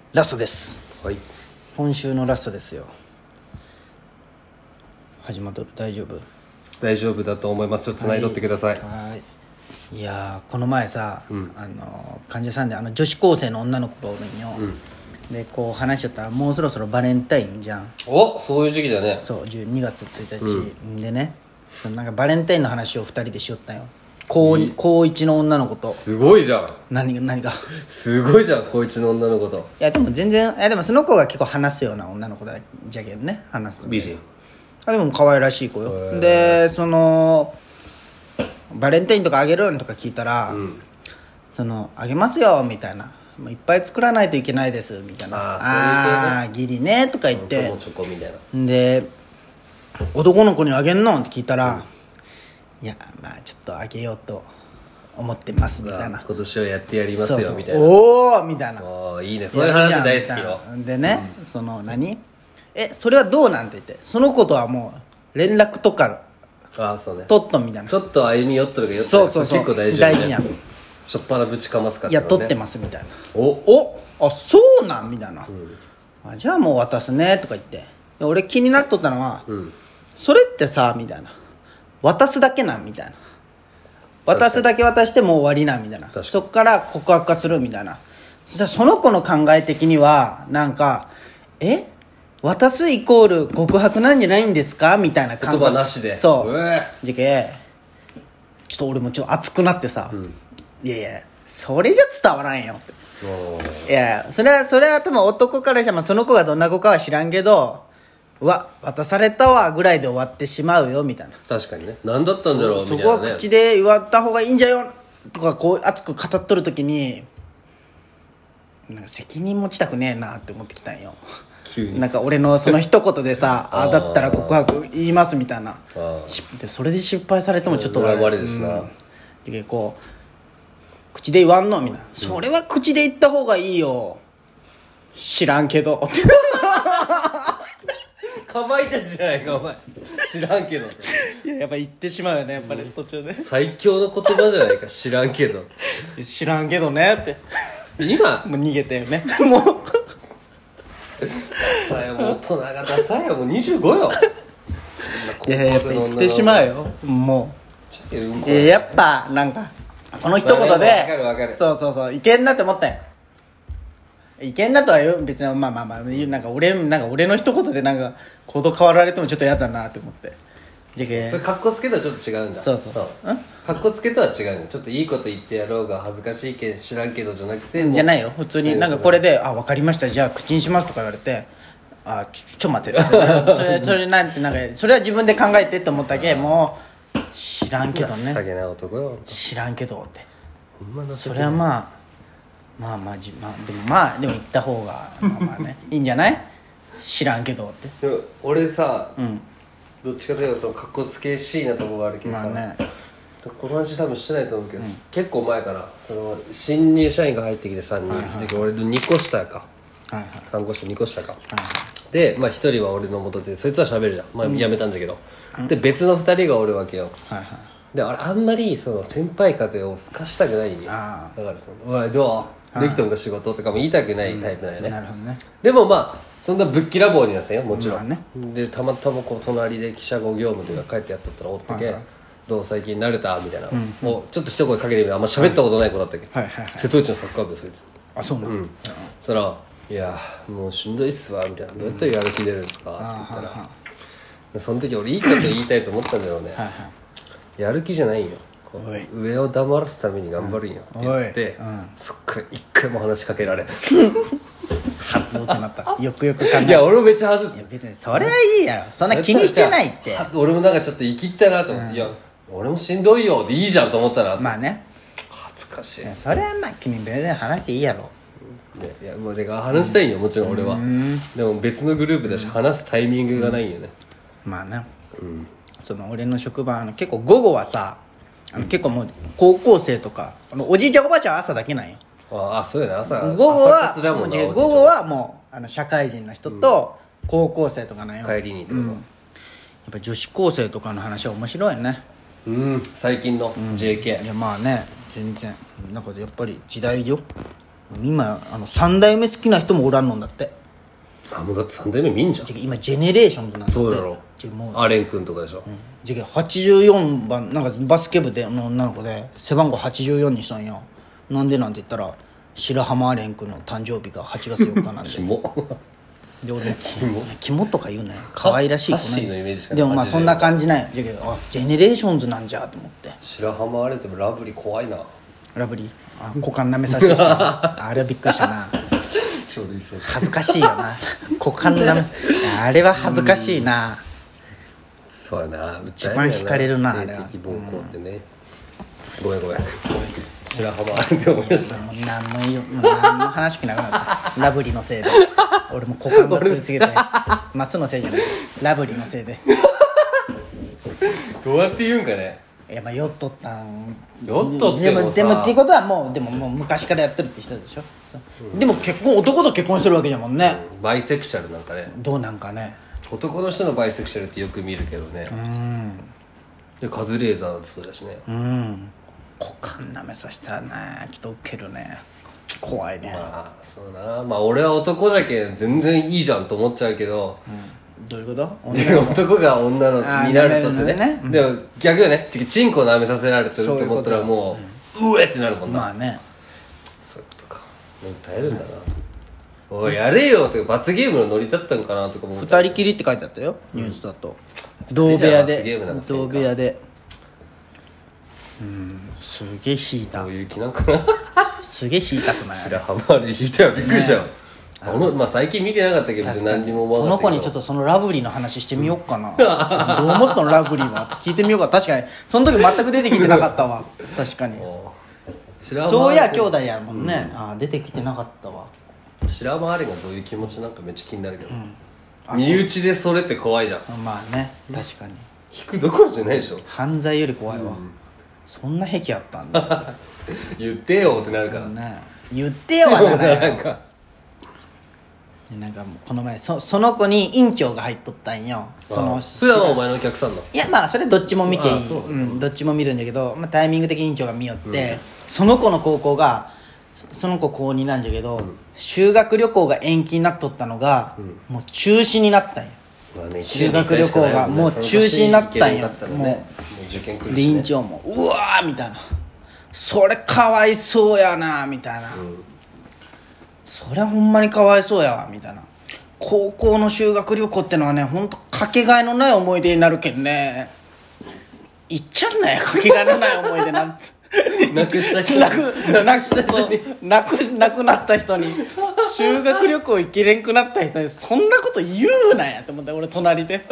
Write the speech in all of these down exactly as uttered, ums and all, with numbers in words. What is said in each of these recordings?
ラストです。 はい、 今週のラストですよ。始まっとる？大丈夫？ 大丈夫だと思います。ちょっと繋いどってください。 はい。いやーこの前さ、うん、あの患者さんであの女子高生の女の子がおるんよ、うん、でこう話しちゃったらもうそろそろバレンタインじゃん。 お、そういう時期だね。 そうじゅうにがつついたち、うん、でね、なんかバレンタインの話をふたりでしよったよ。高高いちの女の子と。 すごいじゃん。 何が何がすごいじゃん、高いちの女の子と。 いやでも全然、いやでもその子が結構話すような女の子だじゃけんね、話す美人。 あでも可愛らしい子よ。でそのバレンタインとかあげるんとか聞いたら、うん、そのあげますよみたいな、もういっぱい作らないといけないですみたいな、ああギリねとか言って、 チョコみたいな。 で男の子にあげんのって聞いたら、うん、いやまあちょっとあげようと思ってますみたいな、 今年はやってやりますよ。そうそうみたいな。 おおみたいな。 おーいいね、そういう話大好きよ。 でね、うん、その何えそれはどうなんて言って、その子とはもう連絡とかああそうね、 取っとんみたいな。 ちょっと歩み寄っとるか寄っとるか、 そうそうそう、 結構大事大事やん。 しょっぱなぶちかますから、 ね、いや取ってますみたいな。 おおあそうなんみたいな、うん、あじゃあもう渡すねとか言って、俺気になっとったのは、うん、それってさみたいな、渡すだけなんみたいな、渡すだけ渡してもう終わりなんみたいな、そっから告白化するみたいな。そしたらその子の考え的にはなんかえ渡すイコール告白なんじゃないんですかみたいな感覚。 言葉なしで。 そうじゃけちょっと俺もちょっと熱くなってさ、うん、いやいやそれじゃ伝わらんよって。いやそれはそれは多分男からしたら、まあ、その子がどんな子かは知らんけど、うわ渡されたわぐらいで終わってしまうよみたいな。 確かにね、何だったんだろうみたいな、ね、 そこは口で言わった方がいいんじゃよとかこう熱く語っとる時に、なんか責任持ちたくねえなって思ってきたんよ。なんか俺のその一言でさあだったら告白言いますみたいな、でそれで失敗されてもちょっと恨まれるしな、 うん、でこう口で言わんのみんな、うん、それは口で言った方がいいよ知らんけどかまいたちじゃないかお前、知らんけどいややっぱ言ってしまうよねやっぱり、ね、途中で最強の言葉じゃないか知らんけど知らんけどねって今もう逃げてよねもうさやもう大人がダサいよ、もうにじゅうごよいややっぱ言ってしまうよもう。いややっぱなんかこの一言で、まあ、 分かる分かる、 そうそうそういけんなって思ったよ。いけんなとは言う別にまあまあまあなんか俺なんか俺の一言でなんか行動変わられてもちょっと嫌だなって思って。 じゃけそれカッコつけとはちょっと違うんだ。 そうそうそう、 カッコつけとは違うんだ。ちょっといいこと言ってやろうが恥ずかしいけ知らんけどじゃなくて、 じゃないよ普通になんかこれであ分かりましたじゃあ口にしますとか言われて、あちょちょ待ってそれそれなんてなんかそれは自分で考えてって思ったけもう知らんけどね、 情けない男よ知らんけどって。それはまあまあまあじまあでもまあでも言った方がまあまあねいいんじゃない、知らんけどって。 でも俺さ、うん、どっちかというとそのカッコつけしいなとこがあるけどさ、まあね、この話多分してないと思うけど、うん、結構前からその新入社員が入ってきてさんにん、はいはい、俺のにこ下か、はいはい、さんこ下にこ下か、はいはい、でまあひとりは俺の元でそいつは喋るじゃん、まあ、辞めたんだけど、うん、で別のふたりがおるわけよ、はいはい、であれあんまりその先輩風を吹かしたくないんよ。だからその「おいどうできとんか仕事」とかも言いたくないタイプだよね、うん、なるほどね。でもまあそんなぶっきらぼうになってたよもちろん、まあね、でたまたまこう隣で記者号業務というか帰ってやっとったらおったけ、はいはい、どう最近慣れたみたいな、うん、もうちょっと一声かけてみてあんま喋ったことない子だったけど、はいはいはい、瀬戸内のサッカー部そいつ。 あそうなの、うん、 そしたら「いやもうしんどいっすわ」みたいな「どうやったらやる気出るんですか?」って言ったら、ははその時俺いいこと言いたいと思ったんだろうねはい、はい、やる気じゃないんよ、上を黙らすために頑張るんよって言って、うん、そっから一回も話しかけられ発音ってなったよくよく考えて。 いや俺もめっちゃ外って、いや別にそれはいいやろ、そんな気にしてないって。 俺もなんかちょっと生きったなと思って、うん、いや俺もしんどいよでいいじゃんと思ったな。 まあね恥ずかしい。 いやそれはまあ君別に話していいやろ。 いやもうか話したいんよ、うん、もちろん俺は、うん、でも別のグループだし、うん、話すタイミングがないよね、 うん、まあね、うん、その俺の職場あの結構午後はさあの結構もう高校生とかあのおじいちゃんおばあちゃんは朝だけなんよ。 ああそうやね、朝午後はもう午後はもうあの社会人の人と高校生とかなんよ、 帰りにってこと、うん、やっぱ女子高生とかの話は面白いね。 うん最近の ジェーケー、 うん、いやまあね全然なんかやっぱり時代よ今あのさん代目好きな人もおらんのんだって。 あもうだってさん代目見んじゃん。 今ジェネレーションズなんだって。 そうだろもうアレン君とかでしょ、うん、 じゃはちじゅうよんばんなんかバスケ部での女の子で背番号はちじゅうよんにしたんよ。なんでなんて言ったら白浜アレン君の誕生日がはちがつよっかなんでキモで俺キモキモとか言うね可愛らしい子ハッシーのイメージしかない。 でもまあそんな感じなんよ。じゃけどあジェネレーションズなんじゃと思って。 白浜アレンってラブリー怖いな。 ラブリーあ股間舐めさせてあれはびっくりしたな書類送恥ずかしいよな股間舐めあれは恥ずかしいな。 そうやな一番惹かれるなあれは。 性的暴行ってね、うん、ごめんごめん白浜あれって思い出した。 もう何のいいよもう何の話聞きなくなったラブリーのせいで俺も股間がつりすぎてマスのせいじゃないラブリーのせいでどうやって言うんかね。 いやまあ酔っとったん酔っとってもさでもでもっていうことはもうでももう昔からやってるって人でしょ、うん、でも結婚男と結婚してるわけじゃもんね、 うん、バイセクシャルなんかねどうなんかね。 男の人のバイセクシャルってよく見るけどね。うんでカズレーザーだってそうだしね。 うん股間舐めさせたらねちょっとウケるね。怖いね。 まあそうなまあ俺は男じゃけん全然いいじゃんと思っちゃうけど、 うん、どういうこと男が女のになるとってね、 ね、 でも逆よねチンコ舐めさせられてると思ったらもうう, うえってなるもんな。 まあねそういうことか。耐えるんだな、うん、おいやれよって罰ゲームのノリだったんかなとか思った。 二人きりって書いてあったよニュースだと、うん、同部屋で同部屋でうんすげえ引いた。 どういう気なんかなすげえ引いたくない白浜あれ引いたよびっくりしたよ、ね、あのまあ最近見てなかったけど何にも思わなかったけどその子にちょっとそのラブリーの話してみようかな、うん、どう思ったのラブリーはって聞いてみようか。確かにその時全く出てきてなかったわ確かにそうや兄弟やもんね、うん、あ出てきてなかったわ。 白浜あれがどういう気持ちなんかめっちゃ気になるけど、うん、身内でそれって怖いじゃん。 まあね確かに引くどころじゃないでしょ。 犯罪より怖いわ、うん、そんな癖あったんだ言ってよってなるから、 ね、言ってよはならないなんかなんかもうこの前 そ, その子に院長が入っとったんよ。その普段はお前のお客さんだ。 いやまあそれどっちも見ていい、うん、どっちも見るんだけど、まあ、タイミング的に院長が見よって、うん、その子の高校がその子高になんじゃけど、うん、修学旅行が延期になっとったのが、うん、もう中止になったんよ、まあね、修学旅行がもう中止になったんよ、ね、もう、もう受験来るしね、院長もうわーみたいなそれかわいそうやなみたいな、うん、それはほんまにかわいそうやわみたいな。高校の修学旅行ってのはねほんとかけがえのない思い出になるけんね。言っちゃんなよかけがえのない思い出なんてなくした人なくなくなくなくなった人に修学旅行行けれんくなった人にそんなこと言うなやって思って俺隣で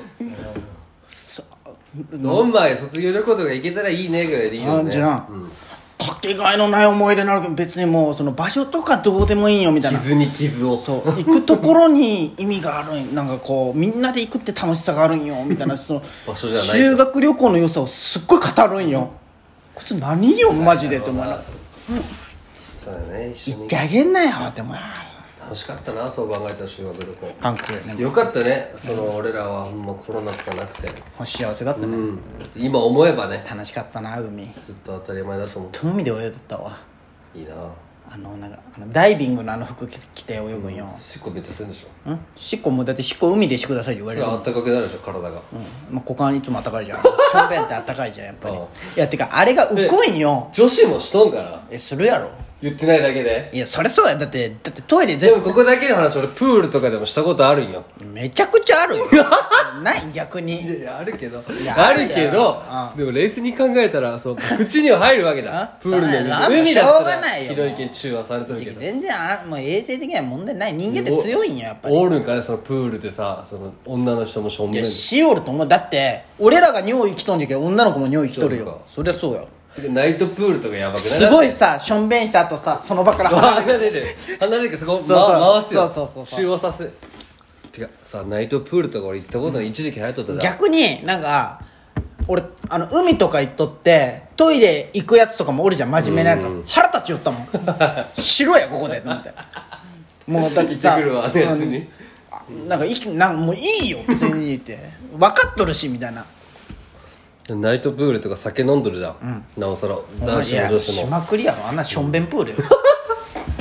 どんまい卒業旅行とか行けたらいいねぐらいでいいよね。 じゃあ、うん、かけがえのない思い出になるけど別にもうその場所とかどうでもいいよみたいな。 傷に傷をそう行くところに意味があるんなんかこうみんなで行くって楽しさがあるんよみたいなその場所じゃない修学旅行の良さをすっごい語るんよ。こいつ何よマジでって思うな。 そうだね一緒に行ってあげんなよって思う。 楽しかったなそう考えたら修学旅行韓国ねよかったね。その俺らはほんまコロナとかなくて幸せだったね、うん、 今思えばね楽しかったな。海ずっと当たり前だと思ってずっと海で泳いでったわ。 いいなあのなんかあのダイビングのあの服着て泳ぐんよ、 うん、しっこめっちゃするんでしょ。 んしっこもだってしっこ海でしてくださいって言われる。 それはあったかくなるでしょ体が、うんまあ、股間いつもあったかいじゃんしょんべんってあったかいじゃんやっぱりいやてかあれが浮くんよ。 女子もしとんかな。 えするやろ言ってないだけで。 いやそれそうやだってだってトイレ全部でもここだけの話俺プールとかでもしたことあるんよ。 めちゃくちゃあるよない逆にいやいやあるけどあるけどでも冷静に考えたらそう口には入るわけじゃんプールの水海だったらひどいけん中和されてるけど全然あもう衛生的には問題ない。人間って強いんよやっぱり。 おるんかねそのプールでさその女の人もしょんべんでしおると思う。だって俺らが尿意きとんじゃけど女の子も尿意きとるよ。そりゃそうやナイトプールとかやばくない。 すごいさしょんべんした後さその場から離れる離れるけどそこそうそう回すよ。 そうそうそう中和させ違うさナイトプールとか俺行ったことない、うん、一時期流行っとったじゃん。 逆になんか俺あの海とか行っとってトイレ行くやつとかもおるじゃん真面目なやつ、うん、腹立ちよったもんしろやここでと思ってもうだってさるわ、ね、やつになんかいなんかもういいよ別にって分かっとるしみたいな。 ナイトプールとか酒飲んどるじゃん、うん、なおさら男子も女子もしまくりやろあんなしょんべんプールよ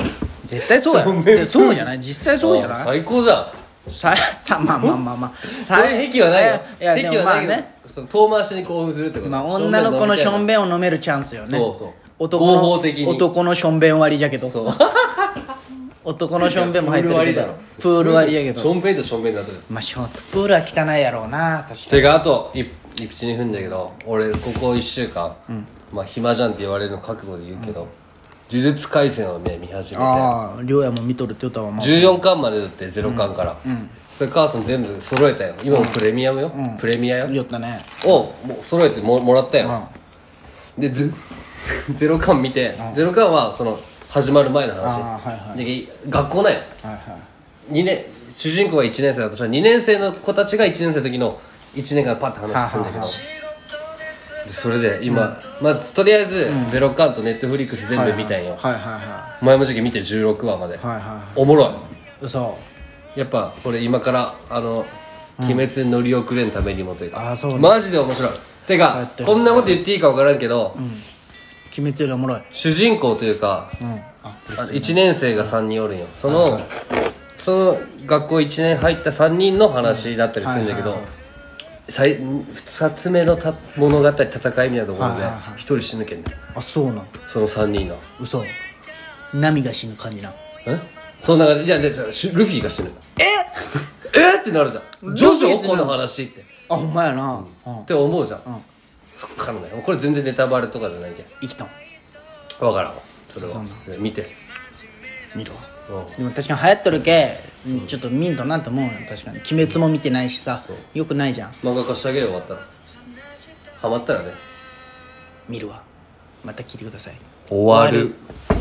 絶対そうやろでそうじゃない実際そうじゃない最高じゃんささまあまあまあまあそういう癖はないよいやで癖もまあはないけど、 ねその遠回しに興奮するってことまあ女の子のしょんべんを飲めるチャンスよねそうそう男の合法的に男のしょんべん割りじゃけどそう男のしょんべんも入ってるけどプール割りだろプール割りやけどしょんべんとしょんべんだとるまあショートプールは汚いやろうな確かにてかあといいちにふんだけど俺ここいっしゅうかん、まあ暇じゃんって言われるの覚悟で言うけど、呪術廻戦をね見始めてああ亮也も見とるって言ったわまあじゅうよんかんまでだってゼロかんから、それ母さん全部揃えたよ今もプレミアムよ、プレミアよ言ったねをもう揃えてももらったよ、でずゼロかん見て、ゼロかんはその始まる前の話、 あーはいはいで学校なんよはいはいにねん主人公はいちねん生だとしたらにねん生の子たちがいちねん生の時のいちねんかんパッて話するんだけど、 ははでそれで今、まずとりあえずゼロかんとネットフリックス全部見たんよ、 はいはいは前も時期見てじゅうろくわまで、 いはいはおもろいい嘘やっぱこれ今からあの「鬼滅」に乗り遅れんためにもというか、 あーそうねマジで面白いてかやってるこんなこと言っていいか分からんけど、 鬼滅よりおもろい主人公というか、 うんああのいちねん生がさんにんおるんよその、その学校いちねん入ったさんにんの話だったりするんだけど、 はいはいはい最ふたつめのた物語戦いみたいなところではいはいはいひとり死ぬけんねあそうなんそのさんにんが嘘ナミが死ぬ感じなえそんな感じいやじゃあしルフィが死ぬええってなるじゃんジョジョこの話ってあほんまやなうんって思うじゃん、そっからねこれ全然ネタバレとかじゃないけん生きたん分からんわそれはそんな見て見るわうんでも確かに流行っとるけちょっと見んとなって思うよ確かに鬼滅も見てないしさよくないじゃん漫画化してあげるよ終わったらハマったらね見るわまた聞いてください終わる